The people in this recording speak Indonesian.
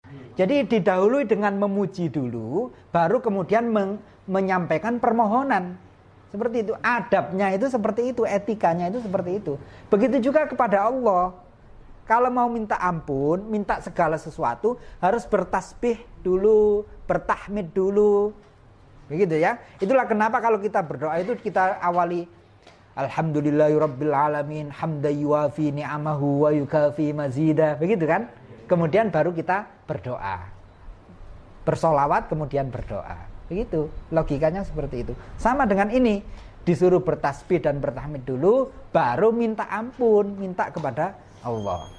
Jadi didahului dengan memuji dulu, baru kemudian menyampaikan permohonan. Seperti itu, adabnya itu seperti itu, etikanya itu seperti itu. Begitu juga kepada Allah. Kalau mau minta ampun, minta segala sesuatu, harus bertasbih dulu, bertahmid dulu. Begitu ya. Itulah kenapa kalau kita berdoa itu kita awali Alhamdulillahirabbil alamin, hamdan yuwafi ni'amahu wa yukafi mazida. Begitu kan? Kemudian baru kita berdoa. Bersolawat kemudian berdoa. Begitu. Logikanya seperti itu. Sama dengan ini. Disuruh bertasbih dan bertahmid dulu, baru minta ampun, minta kepada Allah.